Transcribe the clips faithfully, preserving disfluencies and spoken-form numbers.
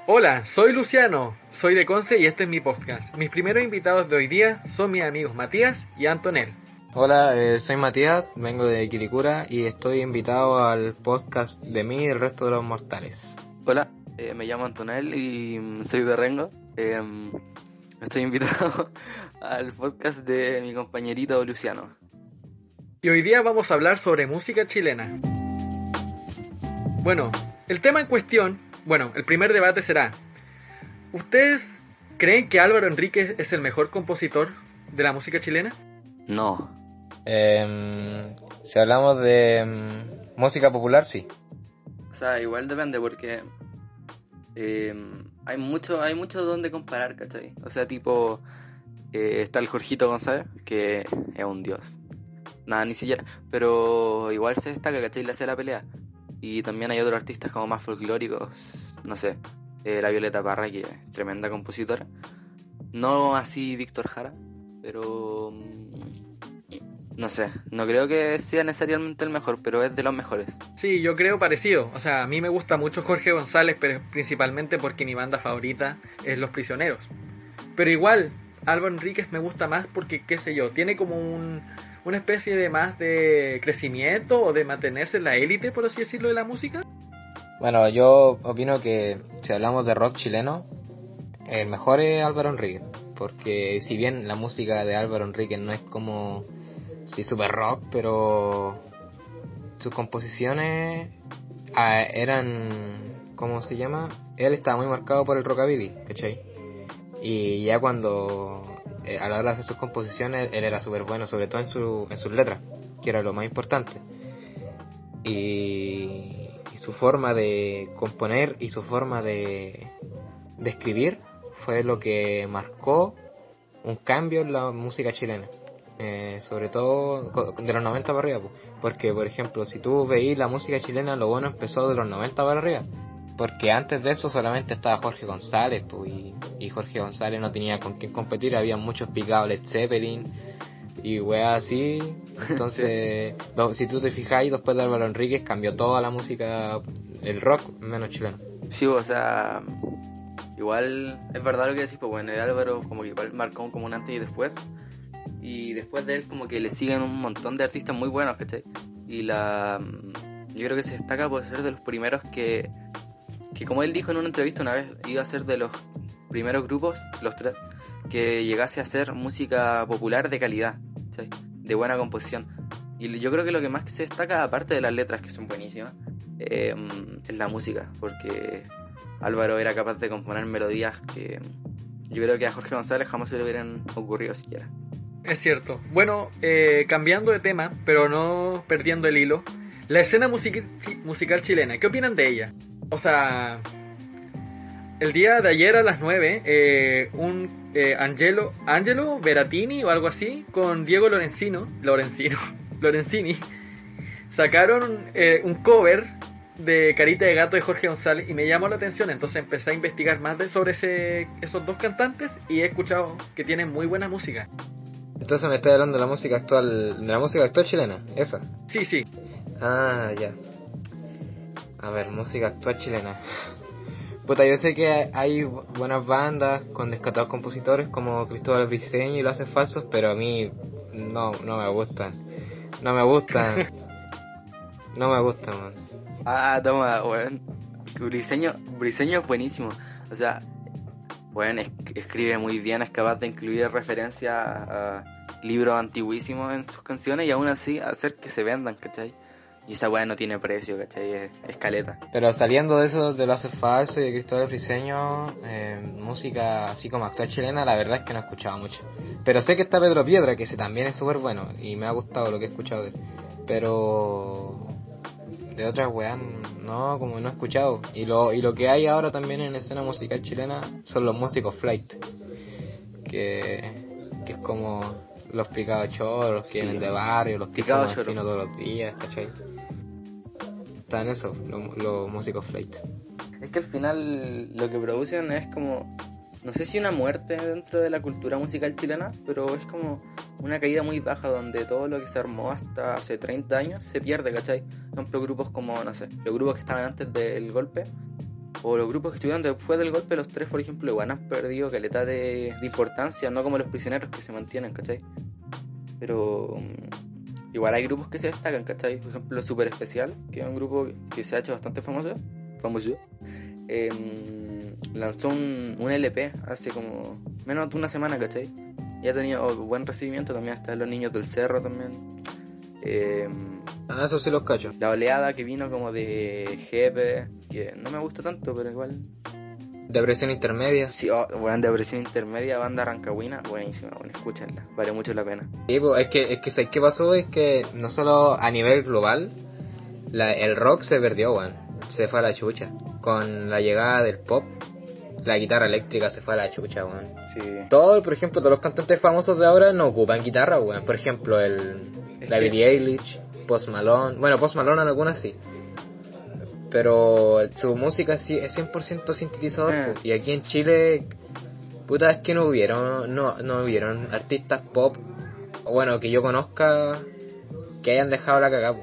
Hola, soy Luciano, soy de Conce y este es mi podcast. Mis primeros invitados de hoy día son mis amigos Matías y Antonel. Hola, eh, soy Matías, vengo de Quilicura y estoy invitado al podcast de mí y el resto de los mortales. Hola, eh, me llamo Antonel y soy de Rengo. Eh, estoy invitado al podcast de mi compañerito Luciano. Y hoy día vamos a hablar sobre música chilena. Bueno, el tema en cuestión, bueno, el primer debate será: ¿ustedes creen que Álvaro Enríquez es el mejor compositor de la música chilena? No. Eh, si hablamos de um, música popular, sí. O sea, igual depende porque eh, hay mucho hay mucho donde comparar, ¿cachai? O sea, tipo, eh, está el Jorgito González, que es un dios. Nada, ni siquiera. Pero igual se destaca, ¿cachai? Le hace la pelea. Y también hay otros artistas como más folclóricos, no sé, eh, la Violeta Parra, que es tremenda compositora. No así Víctor Jara, pero no sé, no creo que sea necesariamente el mejor, pero es de los mejores. Sí, yo creo parecido. O sea, a mí me gusta mucho Jorge González, pero principalmente porque mi banda favorita es Los Prisioneros. Pero igual, Álvaro Enríquez me gusta más porque, qué sé yo, tiene como un... una especie de más de crecimiento o de mantenerse en la élite, por así decirlo, de la música. Bueno, yo opino que si hablamos de rock chileno, el mejor es Álvaro Enríquez, porque si bien la música de Álvaro Enríquez no es como, sí, super rock, pero sus composiciones ah, eran, ¿cómo se llama? Él estaba muy marcado por el rockabilly, ¿cachai? Y ya cuando a la hora de hacer sus composiciones él era súper bueno, sobre todo en, su, en sus letras, que era lo más importante. Y, y su forma de componer y su forma de, de escribir fue lo que marcó un cambio en la música chilena, eh, sobre todo de los noventa para arriba, porque por ejemplo si tú veís la música chilena, lo bueno empezó de los noventa para arriba. Porque antes de eso solamente estaba Jorge González, pues, y, y Jorge González no tenía con quién competir, había muchos picados Led Zeppelin y weas así. Entonces, sí. lo, si tú te fijáis, después de Álvaro Enríquez cambió toda la música, el rock, menos chileno. Sí, o sea, igual es verdad lo que decís, pues bueno, el Álvaro como que igual marcó como un antes y después. Y después de él como que le siguen un montón de artistas muy buenos, ¿cachai? Y la... yo creo que se destaca por ser de los primeros que... que como él dijo en una entrevista una vez, iba a ser de los primeros grupos, los tres, que llegase a hacer música popular de calidad, ¿sí? De buena composición. Y yo creo que lo que más se destaca, aparte de las letras, que son buenísimas, eh, es la música, porque Álvaro era capaz de componer melodías que yo creo que a Jorge González jamás se le hubieran ocurrido siquiera. Es cierto. Bueno, eh, cambiando de tema, pero no perdiendo el hilo, la escena music- musical chilena, ¿qué opinan de ella? O sea, el día de ayer a las nueve, eh, un eh, Angelo, Angelo Beratini o algo así, con Diego Lorenzino, Lorenzino, Lorenzini, sacaron eh, un cover de Carita de Gato de Jorge González y me llamó la atención, entonces empecé a investigar más de sobre ese, esos dos cantantes y he escuchado que tienen muy buena música. Entonces me estoy hablando de la música actual, de la música actual chilena, esa. Sí, sí. Ah, ya. A ver, música actual chilena. Puta, yo sé que hay buenas bandas con descatados compositores como Cristóbal Briceño y Los Haces Falsos, pero a mí no, no me gustan. No me gustan. No me gustan, man. Ah, toma, weón. Briceño, Briceño es buenísimo. O sea, weón, es, escribe muy bien, es capaz de incluir referencias a libros antiguísimos en sus canciones y aún así hacer que se vendan, ¿cachai? Y esa weá no tiene precio, ¿cachai? Es, es caleta. Pero saliendo de eso, de Lo Haces Falso y de Cristóbal Briceño, eh, música así como actual chilena, la verdad es que no he escuchado mucho. Pero sé que está Pedro Piedra, que ese también es súper bueno, y me ha gustado lo que he escuchado de él. Pero de otras weas, no, como no he escuchado. Y lo, y lo que hay ahora también en la escena musical chilena son los músicos flight, que, que es como los picados choros, que sí, vienen de barrio, los que fuman fino todos los días, ¿cachai? Están eso, los, los músicos flight. Es que al final lo que producen es como, no sé si una muerte dentro de la cultura musical chilena, pero es como una caída muy baja donde todo lo que se armó hasta hace treinta años se pierde, ¿cachai? Por ejemplo, grupos como, no sé, los grupos que estaban antes del golpe, o los grupos que estuvieron después del golpe, los tres, por ejemplo, igual han perdido caleta de, de importancia, no como los prisioneros que se mantienen, ¿cachai? Pero um, igual hay grupos que se destacan, ¿cachai? Por ejemplo, Super Especial, que es un grupo que se ha hecho bastante famoso, famoso eh, lanzó un, un L P hace como menos de una semana, ¿cachai? Y ha tenido buen recibimiento, también hasta Los Niños del Cerro también. Eh, Ah, eso sí los cacho. la oleada que vino como de Jepe, que no me gusta tanto, pero igual. Depresión intermedia. Sí, oh, bueno, Depresión Intermedia, banda rancagüina, buenísima, bueno, escúchenla, vale mucho la pena. Sí, pues, es que, es que ¿sabes qué pasó? Es que no solo a nivel global, la, el rock se perdió, weón. Se fue a la chucha. Con la llegada del pop, la guitarra eléctrica se fue a la chucha, weón. Sí. Todo, por ejemplo, todos los cantantes famosos de ahora no ocupan guitarra, weón. Por ejemplo, el Es la que- Billie Eilish, Post Malone. Bueno, Post Malone en algunas sí. Pero su música sí es cien por ciento sintetizador, Eh. po. Y aquí en Chile, puta, es que no hubieron, no, no hubieron artistas pop, o bueno, que yo conozca, que hayan dejado la cagada, po.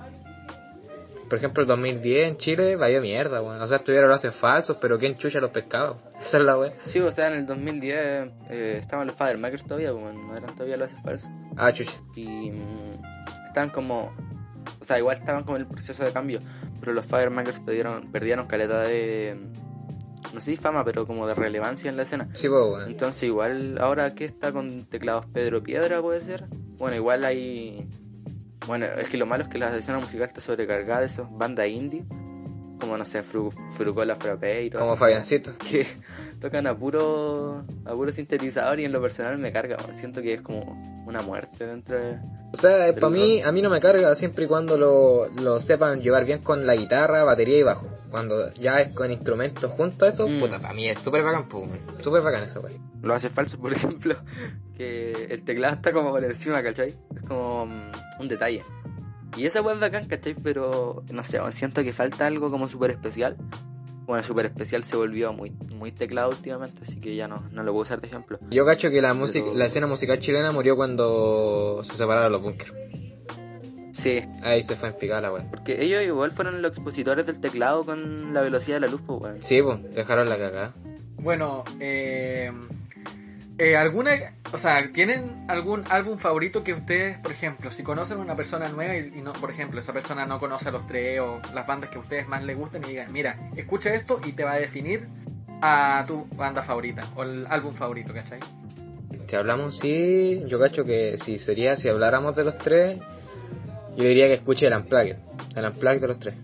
Por ejemplo, el dos mil diez en Chile valió mierda, weón. O sea, estuvieron los haces falsos, pero ¿quién chucha los pescados? Esa es la weá. Sí, o sea, en el dos mil diez eh, estaban los Father Makers todavía, como no eran todavía los haces falsos. Ah, chucha. Y mm, estaban como, o sea, igual estaban como en el proceso de cambio, pero los Firemakers perdieron, perdieron caleta de, no sé si fama, pero como de relevancia en la escena. Sí, pues, weón. Entonces igual, ahora que está con teclados Pedro Piedra, puede ser. Bueno, igual hay, bueno, es que lo malo es que la escena musical está sobrecargada de esos bandas indie, como no sé, Fru, Frucola Frappé y todo Como eso, Fabiancito. que tocan a puro a puro sintetizador, y en lo personal me carga, man. Siento que es como una muerte dentro de... O sea, Pero para mí, no. a mí no me carga siempre y cuando lo, lo sepan llevar bien con la guitarra, batería y bajo. Cuando ya es con instrumentos juntos a eso, Mm. puta, para mí es súper bacán, pues, weón. Súper bacán eso, wey. Lo hace falso, por ejemplo, que el teclado está como por encima, ¿cachai? Es como mm, un detalle. Y esa weá es bacán, ¿cachai? Pero, no sé, siento que falta algo como súper especial. Bueno, súper especial se volvió muy muy teclado últimamente, así que ya no, no lo puedo usar de ejemplo. Yo cacho que la música, Pero- la escena musical chilena murió cuando se separaron los bunkers. Sí, Ahí se fue en picada la weá. porque ellos igual fueron los expositores del teclado con la velocidad de la luz, pues, weón. Sí, pues, dejaron la cagada. Bueno, eh, eh, ¿alguna, o sea, tienen algún álbum favorito que ustedes, por ejemplo, si conocen a una persona nueva y, y no, por ejemplo, esa persona no conoce a los tres o las bandas que a ustedes más les gusten y digan, mira, escucha esto y te va a definir a tu banda favorita o el álbum favorito, ¿cachai? Si hablamos, sí, yo cacho que si sería, si habláramos de los tres, yo diría que escuche el Unplugged, el Unplugged de los tres.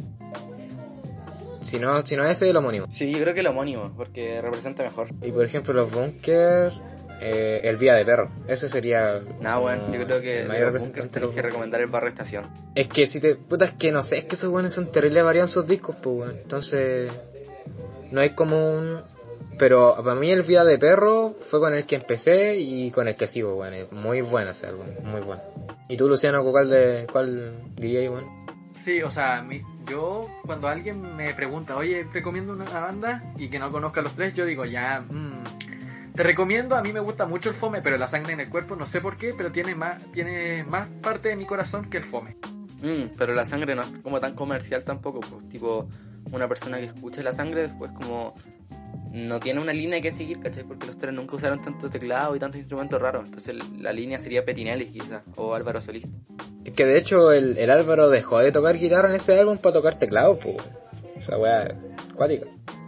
Si no, si no ese, el homónimo. Sí, yo creo que el homónimo, porque representa mejor. Y por ejemplo, los Bunkers, eh, el Vía de Perro, ese sería... Nah, bueno, como yo creo que el de mayor los representante Bunkers de tenés los que Bunkers. recomendar el Barrio Estación. Es que si te... Puta, es que no sé, es que esos buenos son terribles variados en sus discos, pues, weón. Entonces, no hay como un... Pero para mí el Vía de Perro fue con el que empecé y con el que sigo, weón. Es muy bueno ese álbum, muy bueno. ¿Y tú, Luciano, cuál, de, cuál dirías, weón? Sí, o sea, mi- yo cuando alguien me pregunta, oye, recomiendo una banda y que no conozca a los tres, yo digo, ya, mm, te recomiendo, a mí me gusta mucho el fome, pero La Sangre en el Cuerpo, no sé por qué, pero tiene más, tiene más parte de mi corazón que el fome. Mm, pero la sangre no es como tan comercial tampoco, pues, tipo, una persona que escuche la sangre después como no tiene una línea que seguir, ¿cachai? Porque los tres nunca usaron tanto teclado y tantos instrumentos raros, entonces la línea sería Petinelli quizás, o Álvaro Solís. Es que de hecho el, el Álvaro dejó de tocar guitarra en ese álbum para tocar teclado, pues. O sea, weá, cuática.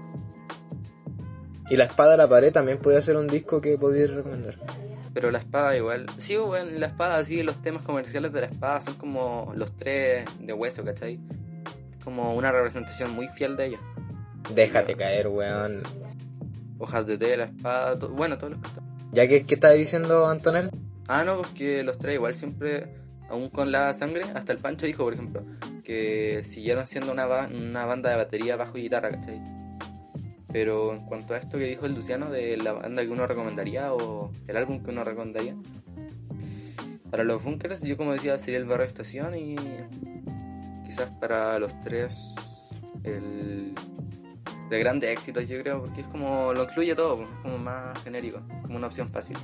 Y La Espada a la Pared también podría ser un disco que podría recomendar. Pero la espada igual, sí, bueno, la espada, sí, los temas comerciales de la espada son como los tres de hueso, ¿cachai? Como una representación muy fiel de ellos. Déjate Sí, caer, weón. Hojas de té, la espada, to- bueno, todos los cantos. ¿Ya que qué estás diciendo, Antonel? Ah, no, pues que los tres igual siempre, aún con la sangre, hasta el Pancho dijo, por ejemplo, que siguieron siendo una, ba- una banda de batería, bajo y guitarra, ¿cachai? Pero en cuanto a esto que dijo el Luciano de la banda que uno recomendaría o el álbum que uno recomendaría, para los Bunkers, yo como decía, sería el Barrio Estación, y quizás para los tres el de grandes éxitos, yo creo, porque es como lo incluye todo, pues, es como más genérico, como una opción fácil.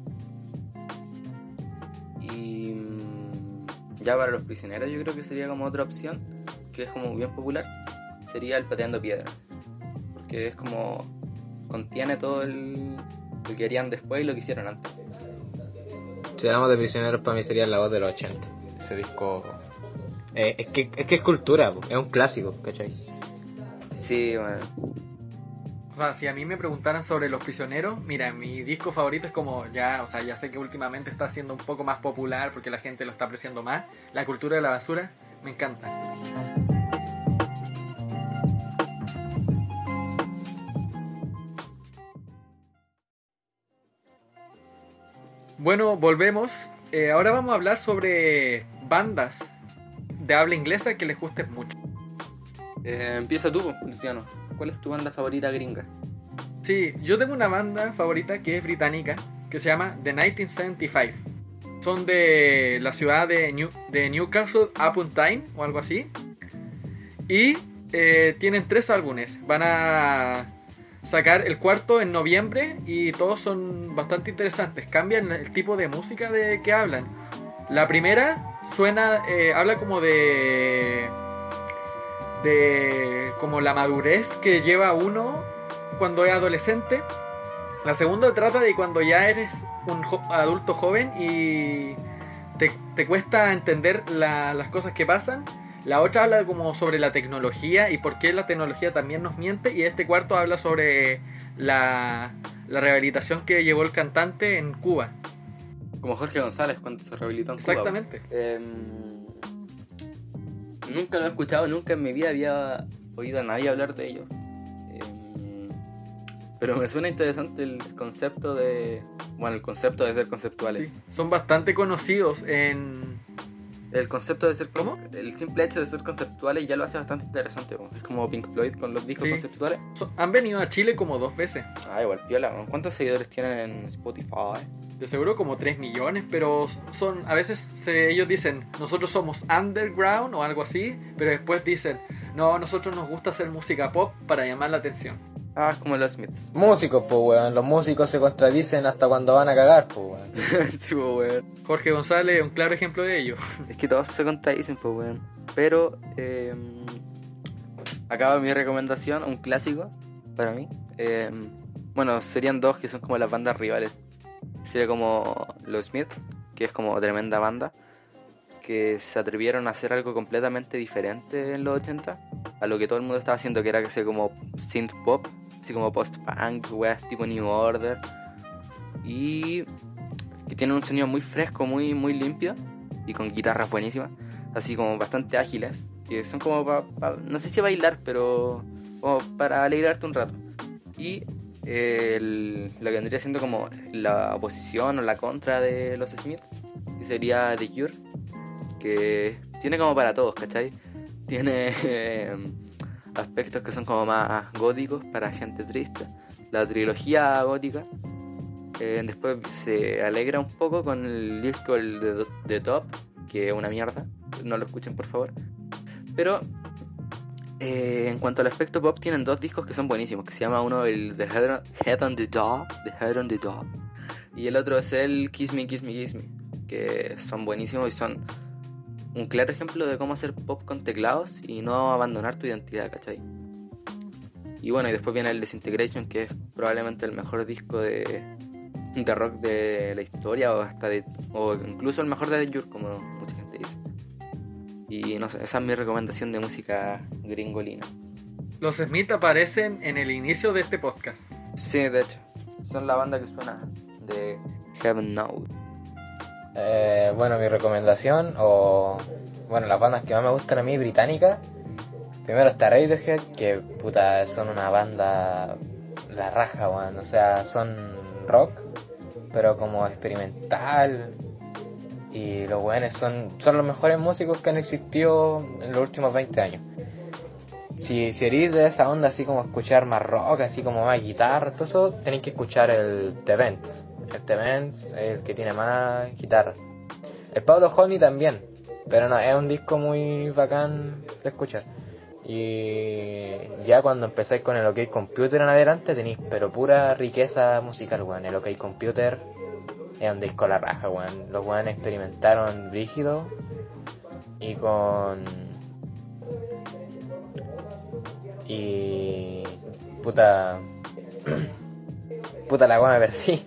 Y mm, ya para los prisioneros yo creo que sería como otra opción, que es como bien popular, sería el Pateando Piedra. porque es como contiene todo el lo que harían después y lo que hicieron antes. Si hablamos de Prisioneros, para mí sería la voz de los ochenta. Ese disco eh, es que es que es cultura, po. Es un clásico, ¿cachai? Sí, bueno. O sea, si a mí me preguntaran sobre Los Prisioneros, mira, mi disco favorito es como ya, o sea, ya sé que últimamente está siendo un poco más popular porque la gente lo está apreciando más. La cultura de la basura, me encanta. Bueno, volvemos. Eh, ahora vamos a hablar sobre bandas de habla inglesa que les gusten mucho. Eh, empieza tú, Luciano. ¿Cuál es tu banda favorita gringa? Sí, yo tengo una banda favorita que es británica, que se llama The mil novecientos setenta y cinco. Son de la ciudad de, New, de Newcastle upon Tyne o algo así. Y eh, tienen tres álbumes. Van a sacar el cuarto en noviembre y todos son bastante interesantes. Cambian el tipo de música de que hablan. La primera suena, eh, habla como de, de como la madurez que lleva uno cuando es adolescente. La segunda trata de cuando ya eres un jo- adulto joven y te, te cuesta entender la, las cosas que pasan. La otra habla como sobre la tecnología y por qué la tecnología también nos miente. Y este cuarto habla sobre la, la rehabilitación que llevó el cantante en Cuba. Como Jorge González cuando se rehabilitó en Cuba. Exactamente. Eh, nunca lo he escuchado, nunca en mi vida había oído a nadie hablar de ellos. Eh, pero me suena interesante el concepto de... Bueno, el concepto de ser conceptuales. Sí, son bastante conocidos en... El concepto de ser... ¿Cómo? El simple hecho de ser conceptuales ya lo hace bastante interesante. ¿No? Es como Pink Floyd con los discos Sí. conceptuales. so- han venido a Chile como dos veces. Ah, igual, piola. ¿No? ¿Cuántos seguidores tienen en Spotify? De seguro como tres millones, pero son a veces se, ellos dicen, nosotros somos underground o algo así, pero después dicen, no, nosotros nos gusta hacer música pop para llamar la atención. Ah, es como los Smiths. Músicos, pues weón, los músicos se contradicen hasta cuando van a cagar, pues weón. Sí, pues, weón. Jorge González es un claro ejemplo de ello. Es que todos se contradicen, pues, weón. Pero, eh, acaba mi recomendación, un clásico para mí. Eh, bueno, serían dos que son como las bandas rivales. Sería como los Smith, que es como tremenda banda, que se atrevieron a hacer algo completamente diferente en los ochenta a lo que todo el mundo estaba haciendo, que era que sea como synth pop, así como post-punk, weas tipo New Order, y que tienen un sonido muy fresco, muy, muy limpio, y con guitarras buenísimas, así como bastante ágiles, que son como para, pa, no sé si bailar, pero como para alegrarte un rato. Y eh, el, lo que vendría siendo como la oposición o la contra de los Smiths, que sería The Cure, que tiene como para todos, ¿cachai? Tiene eh, aspectos que son como más góticos para gente triste. La trilogía gótica. Eh, después se alegra un poco con el disco el de, de Top, que es una mierda. No lo escuchen, por favor. Pero eh, en cuanto al aspecto pop, tienen dos discos que son buenísimos. Que se llama uno el The Head, Head on the Door, The Head on the Door, y el otro es el Kiss Me, Kiss Me, Kiss Me, que son buenísimos y son un claro ejemplo de cómo hacer pop con teclados y no abandonar tu identidad, ¿cachai? Y bueno, y después viene el Disintegration, que es probablemente el mejor disco de, de rock de la historia, o hasta de, o incluso el mejor de The Cure, como mucha gente dice. Y no sé, esa es mi recomendación de música gringolina. Los Smith aparecen en el inicio de este podcast. Sí, de hecho, son la banda que suena de Heaven Knows. Eh, bueno, mi recomendación, o bueno, las bandas que más me gustan a mí, británicas. Primero está Radiohead, que puta, son una banda la raja, weón. O sea, son rock, pero como experimental. Y los weones son, son los mejores músicos que han existido en los últimos veinte años. Si, si eres de esa onda, así como escuchar más rock, así como más guitarra, todo eso, tenéis que escuchar el The Vents. El The Vents es el que tiene más guitarra. El Pablo Honey también, pero no, es un disco muy bacán de escuchar. Y ya cuando empezáis con el OK Computer en adelante, tenéis pero pura riqueza musical, weón. El OK Computer es un disco a la raja, weón. Los weones experimentaron brígido y con... Y puta... puta la weá me perdí.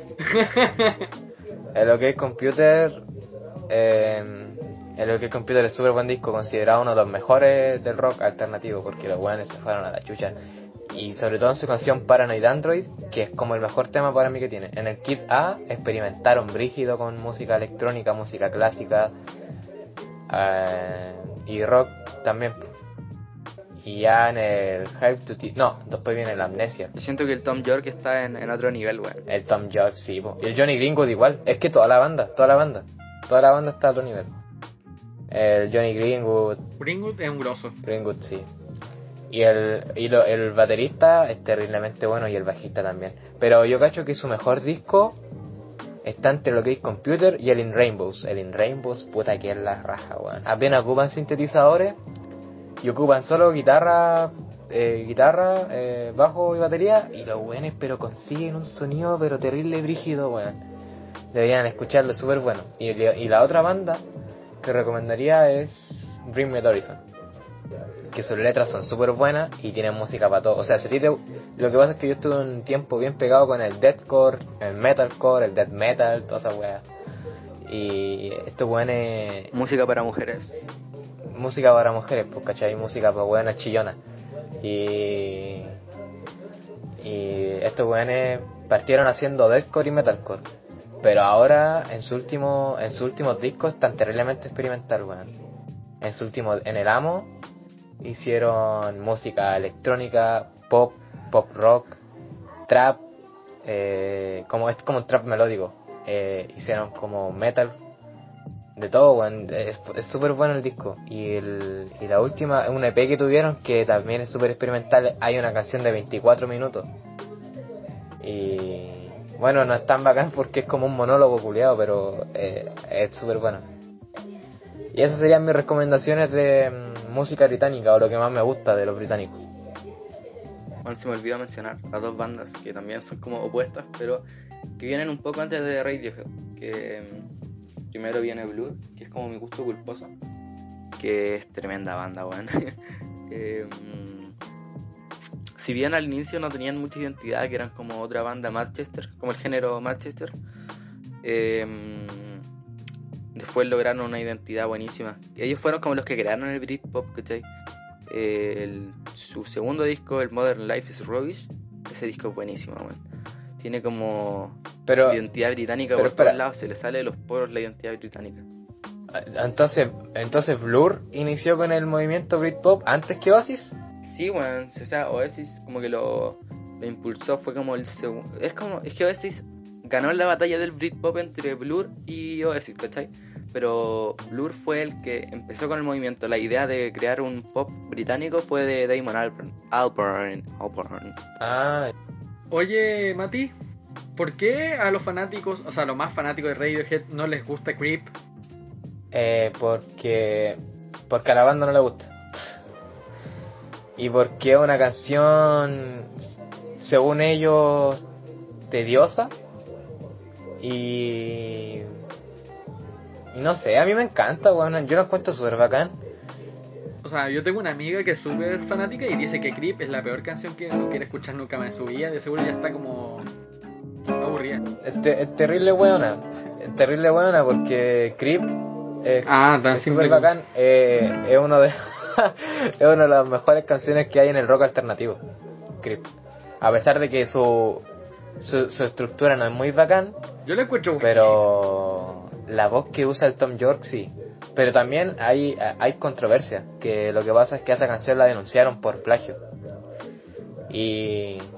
El OK Computer... Eh, el OK Computer es súper buen disco, considerado uno de los mejores del rock alternativo, porque los weones se fueron a la chucha. Y sobre todo en su canción Paranoid Android, que es como el mejor tema para mí que tiene. En el Kid A experimentaron brígido con música electrónica, música clásica eh, y rock también. Y ya en el Hype to T... No, después viene la Amnesia. Yo siento que el Tom York está en, en otro nivel, weón. El Tom York, sí, po. Y el Johnny Greenwood igual. Es que toda la banda, toda la banda. Toda la banda está a otro nivel. El Johnny Greenwood... Greenwood es un grosso. Greenwood, sí. Y el y lo, el baterista es terriblemente bueno y el bajista también. Pero yo cacho que su mejor disco está entre lo que es Computer y el In Rainbows. El In Rainbows, puta que es la raja, weón. Apenas ocupan sintetizadores y ocupan solo guitarra, eh, guitarra, eh, bajo y batería. Y los weones pero consiguen un sonido pero terrible brígido, weón. Deberían escucharlo, súper bueno. Y, y la otra banda que recomendaría es Bring Me the Horizon, que sus letras son súper buenas y tienen música para todo. O sea, si a ti te... lo que pasa es que yo estuve un tiempo bien pegado con el deathcore, el metalcore, el death metal, toda esa weá. Y esto weón es... Música para mujeres. música para mujeres, pues, ¿cachai? Música para weonas chillonas. Y... y estos weones partieron haciendo deathcore y metalcore. Pero ahora, en su último, en sus últimos discos, están terriblemente experimental, weón. En su último, en el Amo, hicieron música electrónica, pop, pop rock, trap, eh, como es como un trap melódico. Eh, hicieron como metal, de todo, weón. Es súper bueno el disco. Y, el, y la última, un E P que tuvieron, que también es súper experimental, hay una canción de veinticuatro minutos. Y bueno, no es tan bacán porque es como un monólogo culiado, pero eh, es súper bueno. Y esas serían mis recomendaciones de um, música británica, o lo que más me gusta de los británicos. Bueno, se me olvidó mencionar a dos bandas que también son como opuestas, pero que vienen un poco antes de Radiohead. Que um, primero viene Blur, que es como mi gusto culposo, que es tremenda banda, weón. eh, um, si bien al inicio no tenían mucha identidad, que eran como otra banda Manchester, como el género Manchester, eh, después lograron una identidad buenísima. Ellos fueron como los que crearon el Britpop, ¿cachai? Eh, el, su segundo disco, el Modern Life is Rubbish, ese disco es buenísimo, man. Tiene como pero, identidad británica pero por espera. todos lados, se le sale de los poros la identidad británica. Entonces, entonces Blur inició con el movimiento Britpop antes que Oasis. Sí, bueno, o sea, Oasis como que lo, lo impulsó, fue como el segundo. Es como, es que Oasis ganó la batalla del Britpop entre Blur y Oasis, ¿cachai? Pero Blur fue el que empezó con el movimiento. La idea de crear un pop británico fue de Damon Albarn. Albarn, Albarn. Ah. Oye, Mati, ¿por qué a los fanáticos, o sea, a los más fanáticos de Radiohead no les gusta Creep? Eh, porque porque a la banda no le gusta. Y porque es una canción, según ellos, tediosa. Y... y no sé, a mí me encanta, bueno, yo lo encuentro súper bacán. O sea, yo tengo una amiga que es súper fanática y dice que Creep es la peor canción que no quiere escuchar nunca más en su vida. De seguro ya está como aburrida. Es, te, es terrible buena, es terrible buena porque Creep eh, ah, es súper bacán. Eh, es uno de es una de las mejores canciones que hay en el rock alternativo, Creep. A pesar de que su su, su estructura no es muy bacán, yo la encuentro buenísima, pero la voz que usa el Tom York sí. Pero también hay hay controversia, que lo que pasa es que esa canción la denunciaron por plagio. Y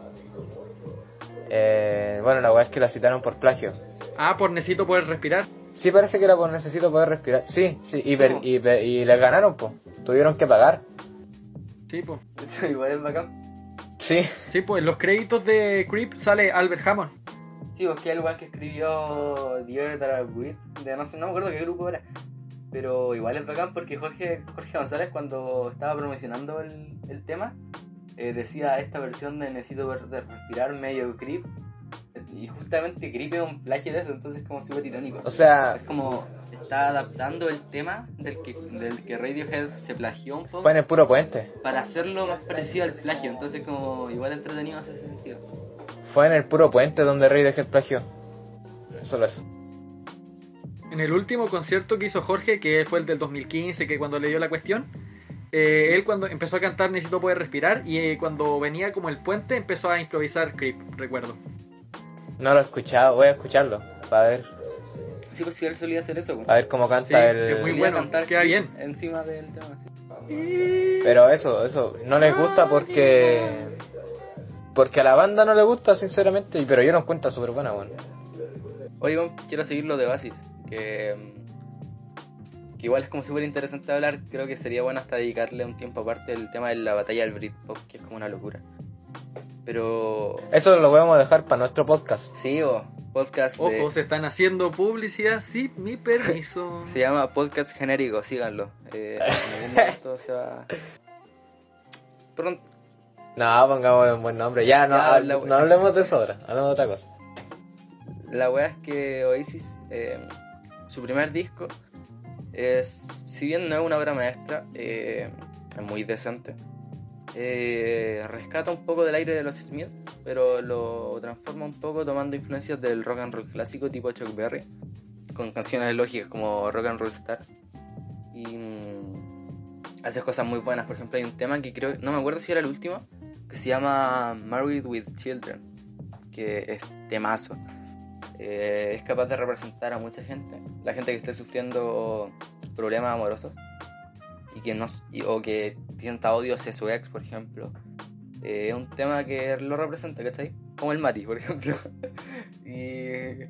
eh, bueno, la verdad es que la citaron por plagio. Ah, por Necesito Poder Respirar. Sí, parece que era por Necesito Poder Respirar. Sí, sí, y, per, y, per, y les ganaron, pues. Tuvieron que pagar. Sí, pues. Igual es bacán. Sí. Sí, pues en los créditos de Creep sale Albert Hammond. Sí, pues que es el weón que escribió The Air That I Breathe, de no sé, no me acuerdo qué grupo era. Pero igual es bacán porque Jorge, Jorge González, cuando estaba promocionando el, el tema, eh, decía esta versión de Necesito Poder Respirar medio Creep. Y justamente Creep es un plagio de eso, entonces es como súper irónico. O sea, es como está adaptando el tema del que, del que Radiohead se plagió un poco Fue en el puro puente. para hacerlo más parecido al plagio, entonces como igual entretenido en ese sentido. Fue en el puro puente donde Radiohead plagió. Solo eso. En el último concierto que hizo Jorge, que fue el del dos mil quince, que cuando le dio la cuestión, eh, él cuando empezó a cantar Necesito Poder Respirar, y eh, cuando venía como el puente empezó a improvisar Creep, recuerdo. No lo he escuchado, voy a escucharlo. Para ver, Sí, pues sí, él solía hacer eso. a ver cómo canta Sí, el... es muy Solía bueno, cantar queda Creep bien. encima del tema. Sí. Pero eso, eso, no les gusta porque... Porque a la banda no le gusta, sinceramente, y- pero yo lo encuentro súper buena, bueno. Oye, Iván, quiero seguir lo de Oasis, que, mm, que igual es como súper interesante hablar. Creo que sería bueno hasta dedicarle un tiempo aparte el tema de la batalla del Britpop, que es como una locura. Pero Eso lo podemos dejar para nuestro podcast. sí, o podcast de- Ojo, se están haciendo publicidad sin mi permiso. se llama Podcast Genérico, síganlo. Eh, en algún momento se va... Pronto. No, pongamos un buen nombre. Ya, no, Ya, ha- la- no hablemos de eso ahora, hablemos de otra cosa. La wea es que Oasis, eh, su primer disco, es, si bien no es una obra maestra, eh, es muy decente. Eh, rescata un poco del aire de los Smiths, pero lo transforma un poco tomando influencias del rock and roll clásico tipo Chuck Berry, con canciones lógicas como Rock and Roll Star. Y mm, hace cosas muy buenas. Por ejemplo, hay un tema que creo, no me acuerdo si era el último, que se llama Married with Children, que es temazo. Eh, es capaz de representar a mucha gente, la gente que esté sufriendo problemas amorosos y que no, y- o que sienta odio hacia su ex, por ejemplo. Eh, es un tema que lo representa, ¿cachai? Como el Mati, por ejemplo. y...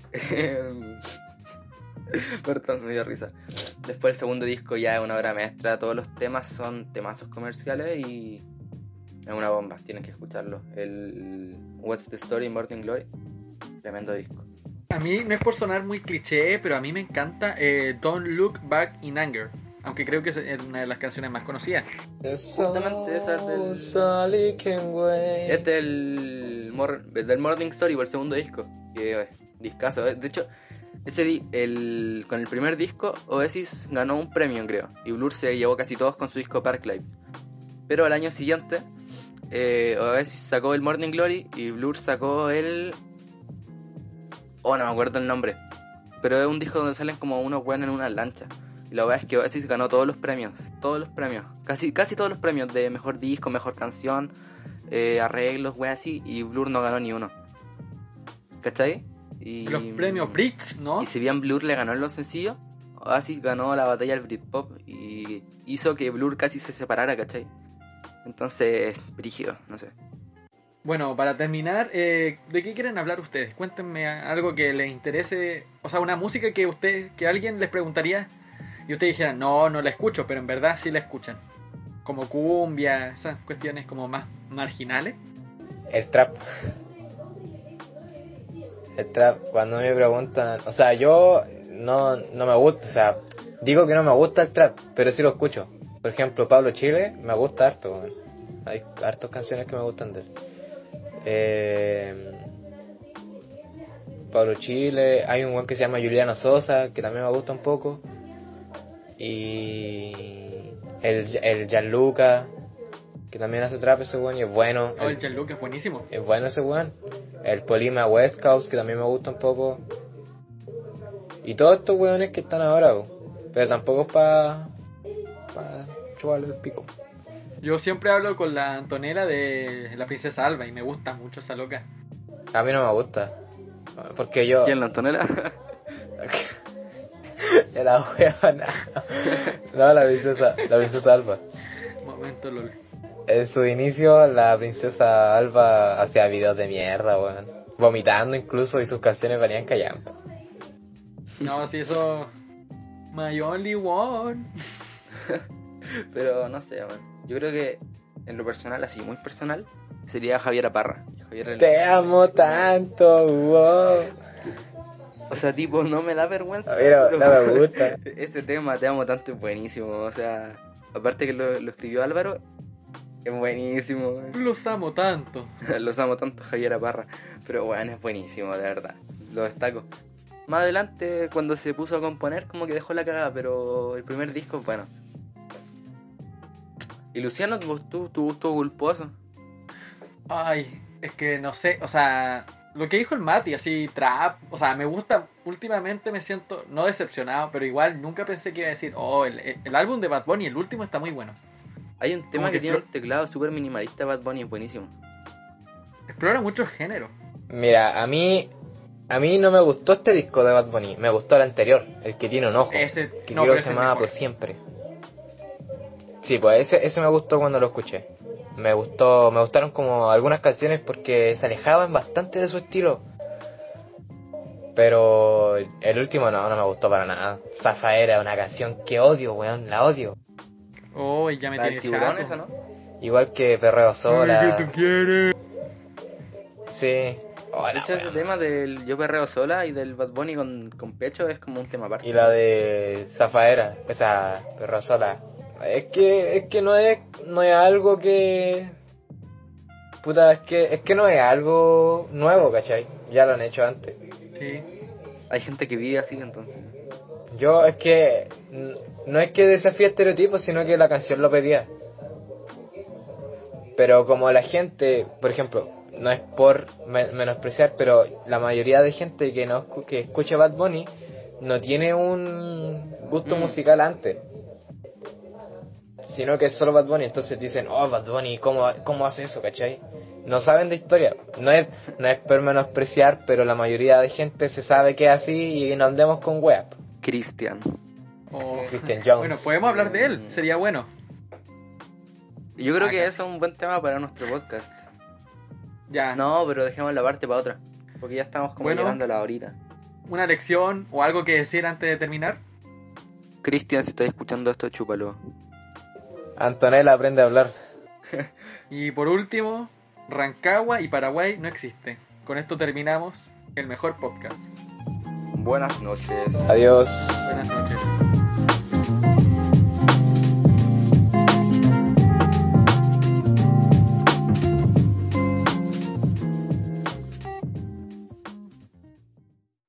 Perdón, me dio risa. Después el segundo disco ya es una obra maestra, todos los temas son temazos comerciales y es una bomba, tienen que escucharlo. El What's the Story, Morning Glory, tremendo disco. A mí no es por sonar muy cliché, pero a mí me encanta eh, Don't Look Back in Anger. Aunque creo que es una de las canciones más conocidas. Justamente esa es del- Sally can wait. Es del, mor- del Morning Story, por el segundo disco, que es discazo. De hecho, ese di- el, con el primer disco Oasis ganó un premio, creo, y Blur se llevó casi todos con su disco Parklife. Pero al año siguiente eh, Oasis sacó el Morning Glory y Blur sacó el... Oh, no me acuerdo el nombre, pero es un disco donde salen como unos weones en una lancha. Y la verdad es que Oasis ganó todos los premios, todos los premios, casi casi todos los premios de mejor disco, mejor canción, eh, arreglos, weas así, y Blur no ganó ni uno. ¿Cachai? Y, Los premios Brits, ¿no? Y si bien Blur le ganó en los sencillos, Oasis ganó la batalla del Britpop y hizo que Blur casi se separara, ¿cachai? Entonces, brígido, no sé. Bueno, para terminar, eh, ¿de qué quieren hablar ustedes? Cuéntenme algo que les interese, o sea, una música que usted, que alguien les preguntaría y ustedes dijeran, no, no la escucho, pero en verdad sí la escuchan. Como cumbia, esas cuestiones como más marginales. El trap. El trap, cuando me preguntan... O sea, yo no, no me gusta, o sea, digo que no me gusta el trap, pero sí lo escucho. Por ejemplo, Pablo Chile me gusta harto, weón. Hay hartas canciones que me gustan de él. Eh, Pablo Chile, hay un weón que se llama Juliano Sosa, que también me gusta un poco. Y el, el Gianluca, que también hace trap ese weón y es bueno. Oh, el Gianluca es buenísimo. Es bueno ese weón. El Polima West Coast, que también me gusta un poco. Y todos estos weones que están ahora, bo. Pero tampoco es para pa chuparles el pico. Yo siempre hablo con la Antonella de la Princesa Alba y me gusta mucho esa loca. A mí no me gusta. Porque yo... ¿Quién, la Antonella? Ya la weona. No, la princesa, la princesa Alba. Momento lol. En su inicio, la princesa Alba hacía videos de mierda, weón. Vomitando incluso, y sus canciones valían callampa. No, si eso... My only one. Pero no sé, man. Yo creo que en lo personal, así muy personal, sería Javier Aparra. Javier el- Te amo tanto, wow. O sea, tipo, no me da vergüenza. Pero pero- no me gusta. Ese tema, Te amo tanto, es buenísimo. O sea, aparte que lo, lo escribió Álvaro, es buenísimo. man. Los amo tanto. Los amo tanto, Javier Aparra. Pero bueno, es buenísimo, de verdad. Lo destaco. Más adelante, cuando se puso a componer, como que dejó la cagada, pero el primer disco es bueno. ¿Y Luciano, tu, tu, tu gusto culposo? Ay, es que no sé, o sea, lo que dijo el Mati, así, trap, o sea, me gusta, últimamente me siento, no decepcionado, pero igual nunca pensé que iba a decir, oh, el, el, el álbum de Bad Bunny, el último, está muy bueno. Hay un tema Como que, que tiene pro- un teclado súper minimalista, Bad Bunny, es buenísimo. Explora muchos géneros. Mira, a mí a mí no me gustó este disco de Bad Bunny, me gustó el anterior, el que tiene un ojo, Ese, que no, creo pero que ese se es llamaba mejor. Por Siempre. Sí, pues ese, ese me gustó cuando lo escuché. Me gustó, me gustaron como algunas canciones porque se alejaban bastante de su estilo. Pero el último no, no me gustó para nada. Zafaera, una canción que odio, weón, la odio. Oh, y ya me La del tiene tiburón chato. esa, ¿no? Igual que Perreo Sola. ¿Qué tú quieres? Sí. Oh, De la hecho, ese weón. tema del Yo Perreo Sola y del Bad Bunny con, con pecho es como un tema aparte. Y la de Zafaera, esa Perreo Sola. Es que, es que no es, no es algo que... Puta, es que, es que no es algo nuevo, ¿cachai? Ya lo han hecho antes. Sí. Hay gente que vive así, entonces. Yo es que n- no es que desafíe estereotipos, sino que la canción lo pedía. Pero como la gente, por ejemplo, no es por me- menospreciar, pero la mayoría de gente que no escu- que escucha Bad Bunny no tiene un gusto Mm. musical antes, sino que es solo Bad Bunny. Entonces dicen, oh, Bad Bunny, ¿cómo, cómo hace eso, cachai? No saben de historia. No es, no es por menospreciar, pero la mayoría de gente se sabe que es así y no andemos con weas. Cristian. Oh. Christian Jones. Bueno, podemos hablar de él, sería bueno. Yo creo Ah, que casi. eso es un buen tema para nuestro podcast. Ya. No, pero dejemos la parte para otra. Porque ya estamos como Bueno. llegando a la horita. Una lección o algo que decir antes de terminar. Cristian, si estás escuchando esto, chúpalo. Antonella aprende a hablar. Y por último, Rancagua y Paraguay no existen. Con esto terminamos el mejor podcast. Buenas noches. Adiós. Buenas noches.